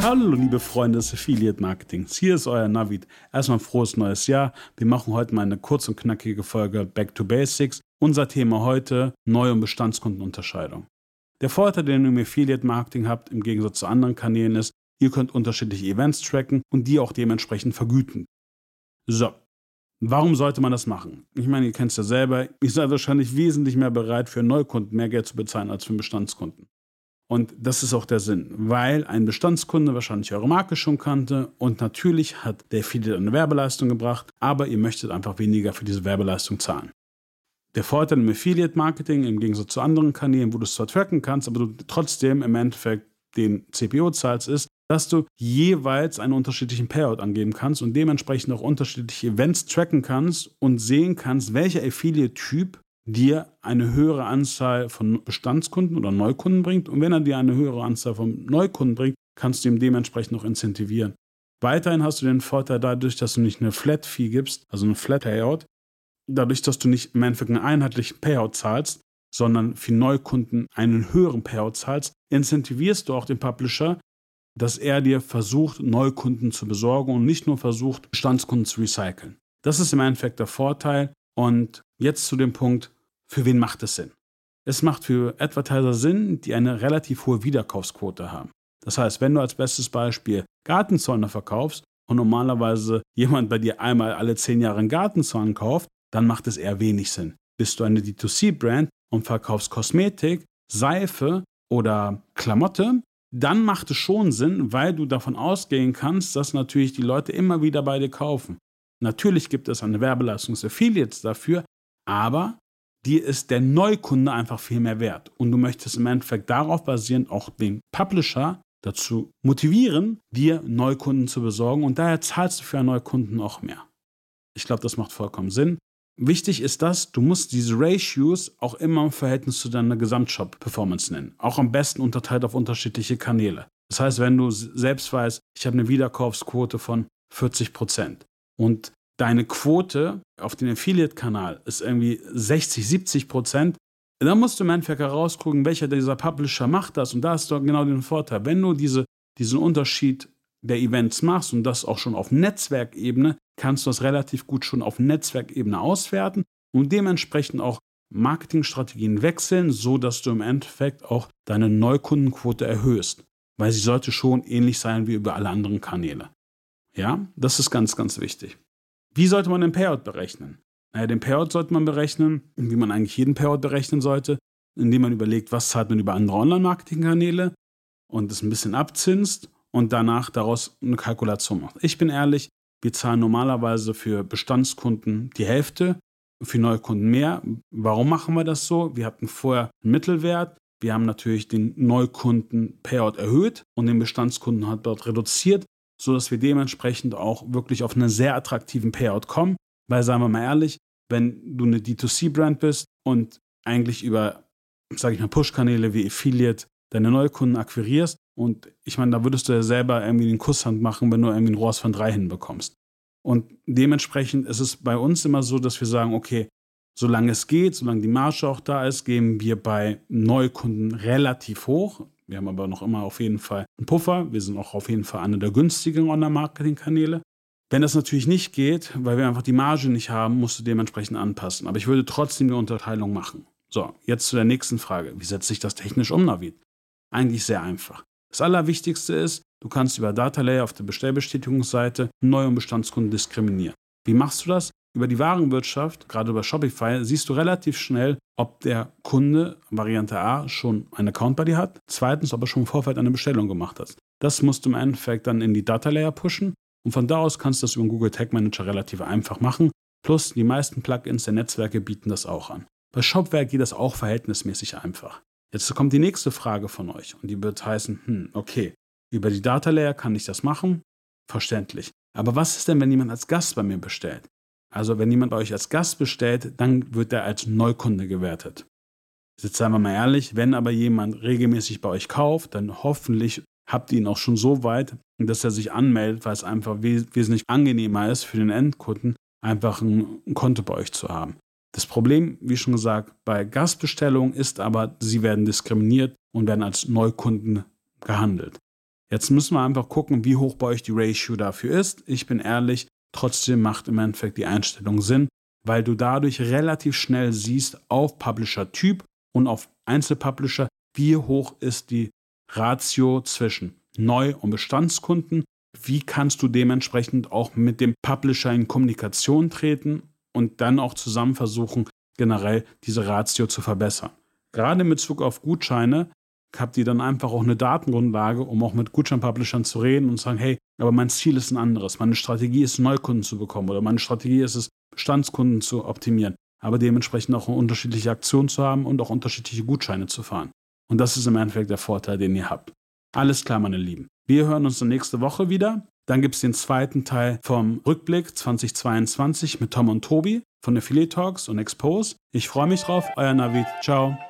Hallo liebe Freunde des Affiliate Marketings, hier ist euer Navid. Erstmal ein frohes neues Jahr. Wir machen heute mal eine kurz und knackige Folge Back to Basics. Unser Thema heute: Neu- und Bestandskundenunterscheidung. Der Vorteil, den ihr im Affiliate Marketing habt, im Gegensatz zu anderen Kanälen ist, ihr könnt unterschiedliche Events tracken und die auch dementsprechend vergüten. So, warum sollte man das machen? Ich meine, ihr kennt es ja selber, ihr seid wahrscheinlich wesentlich mehr bereit, für Neukunden mehr Geld zu bezahlen als für einen Bestandskunden. Und das ist auch der Sinn, weil ein Bestandskunde wahrscheinlich eure Marke schon kannte und natürlich hat der Affiliate eine Werbeleistung gebracht, aber ihr möchtet einfach weniger für diese Werbeleistung zahlen. Der Vorteil im Affiliate-Marketing im Gegensatz zu anderen Kanälen, wo du es zwar tracken kannst, aber du trotzdem im Endeffekt den CPO zahlst, ist, dass du jeweils einen unterschiedlichen Payout angeben kannst und dementsprechend auch unterschiedliche Events tracken kannst und sehen kannst, welcher Affiliate-Typ dir eine höhere Anzahl von Bestandskunden oder Neukunden bringt. Und wenn er dir eine höhere Anzahl von Neukunden bringt, kannst du ihm dementsprechend noch incentivieren. Weiterhin hast du den Vorteil dadurch, dass du nicht eine Flat-Fee gibst, also eine Flat-Payout, dadurch, dass du nicht im Endeffekt einen einheitlichen Payout zahlst, sondern für Neukunden einen höheren Payout zahlst, incentivierst du auch den Publisher, dass er dir versucht, Neukunden zu besorgen und nicht nur versucht, Bestandskunden zu recyceln. Das ist im Endeffekt der Vorteil. Und jetzt zu dem Punkt: Für wen macht es Sinn? Es macht für Advertiser Sinn, die eine relativ hohe Wiederkaufsquote haben. Das heißt, wenn du als bestes Beispiel Gartenzäune verkaufst und normalerweise jemand bei dir einmal alle 10 Jahre einen Gartenzaun kauft, dann macht es eher wenig Sinn. Bist du eine D2C-Brand und verkaufst Kosmetik, Seife oder Klamotte, dann macht es schon Sinn, weil du davon ausgehen kannst, dass natürlich die Leute immer wieder bei dir kaufen. Natürlich gibt es eine Werbeleistung des Affiliates dafür, aber dir ist der Neukunde einfach viel mehr wert. Und du möchtest im Endeffekt darauf basierend auch den Publisher dazu motivieren, dir Neukunden zu besorgen. Und daher zahlst du für einen Neukunden auch mehr. Ich glaube, das macht vollkommen Sinn. Wichtig ist du musst diese Ratios auch immer im Verhältnis zu deiner Gesamtshop-Performance nennen. Auch am besten unterteilt auf unterschiedliche Kanäle. Das heißt, wenn du selbst weißt, ich habe eine Wiederkaufsquote von 40% und deine Quote auf dem Affiliate-Kanal ist irgendwie 60-70%, dann musst du im Endeffekt herausgucken, welcher dieser Publisher macht das. Und da hast du genau den Vorteil. Wenn du diesen Unterschied der Events machst und das auch schon auf Netzwerkebene, kannst du das relativ gut schon auf Netzwerkebene auswerten und dementsprechend auch Marketingstrategien wechseln, sodass du im Endeffekt auch deine Neukundenquote erhöhst. Weil sie sollte schon ähnlich sein wie über alle anderen Kanäle. Ja, das ist ganz, ganz wichtig. Wie sollte man den Payout berechnen? Den Payout sollte man berechnen, wie man eigentlich jeden Payout berechnen sollte, indem man überlegt, was zahlt man über andere Online-Marketing-Kanäle und es ein bisschen abzinst und danach daraus eine Kalkulation macht. Ich bin ehrlich, wir zahlen normalerweise für Bestandskunden die Hälfte, für Neukunden mehr. Warum machen wir das so? Wir hatten vorher einen Mittelwert. Wir haben natürlich den Neukunden-Payout erhöht und den Bestandskunden hat dort reduziert, sodass wir dementsprechend auch wirklich auf einen sehr attraktiven Payout kommen. Weil, sagen wir mal ehrlich, wenn du eine D2C-Brand bist und eigentlich über, sage ich mal, Push-Kanäle wie Affiliate deine Neukunden akquirierst, und ich meine, da würdest du ja selber irgendwie den Kusshand machen, wenn du irgendwie ein ROAS von 3 hinbekommst. Und dementsprechend ist es bei uns immer so, dass wir sagen, okay, solange es geht, solange die Marge auch da ist, gehen wir bei Neukunden relativ hoch. Wir haben aber noch immer auf jeden Fall einen Puffer. Wir sind auch auf jeden Fall einer der günstigen Online-Marketing-Kanäle. Wenn das natürlich nicht geht, weil wir einfach die Marge nicht haben, musst du dementsprechend anpassen. Aber ich würde trotzdem eine Unterteilung machen. So, jetzt zu der nächsten Frage. Wie setzt sich das technisch um, Navid? Eigentlich sehr einfach. Das Allerwichtigste ist, du kannst über Data Layer auf der Bestellbestätigungsseite Neu- und Bestandskunden diskriminieren. Wie machst du das? Über die Warenwirtschaft, gerade über Shopify, siehst du relativ schnell, ob der Kunde, Variante A, schon einen Account bei dir hat. Zweitens, ob er schon im Vorfeld eine Bestellung gemacht hat. Das musst du im Endeffekt dann in die Data Layer pushen. Und von da aus kannst du das über den Google Tag Manager relativ einfach machen. Plus, die meisten Plugins der Netzwerke bieten das auch an. Bei Shopware geht das auch verhältnismäßig einfach. Jetzt kommt die nächste Frage von euch und die wird heißen, okay, über die Data Layer kann ich das machen? Verständlich. Aber was ist denn, wenn jemand als Gast bei mir bestellt? Also wenn jemand bei euch als Gast bestellt, dann wird er als Neukunde gewertet. Jetzt seien wir mal ehrlich, wenn aber jemand regelmäßig bei euch kauft, dann hoffentlich habt ihr ihn auch schon so weit, dass er sich anmeldet, weil es einfach wesentlich angenehmer ist für den Endkunden, einfach ein Konto bei euch zu haben. Das Problem, wie schon gesagt, bei Gastbestellungen ist aber, sie werden diskriminiert und werden als Neukunden gehandelt. Jetzt müssen wir einfach gucken, wie hoch bei euch die Ratio dafür ist. Ich bin ehrlich, trotzdem macht im Endeffekt die Einstellung Sinn, weil du dadurch relativ schnell siehst auf Publisher-Typ und auf Einzelpublisher, wie hoch ist die Ratio zwischen Neu- und Bestandskunden, wie kannst du dementsprechend auch mit dem Publisher in Kommunikation treten und dann auch zusammen versuchen, generell diese Ratio zu verbessern. Gerade in Bezug auf Gutscheine habt ihr dann einfach auch eine Datengrundlage, um auch mit Gutschein-Publishern zu reden und zu sagen, hey, aber mein Ziel ist ein anderes. Meine Strategie ist, Neukunden zu bekommen oder meine Strategie ist es, Bestandskunden zu optimieren, aber dementsprechend auch eine unterschiedliche Aktionen zu haben und auch unterschiedliche Gutscheine zu fahren. Und das ist im Endeffekt der Vorteil, den ihr habt. Alles klar, meine Lieben. Wir hören uns dann nächste Woche wieder. Dann gibt es den zweiten Teil vom Rückblick 2022 mit Tom und Tobi von Affiliate Talks und Expose. Ich freue mich drauf. Euer Navid. Ciao.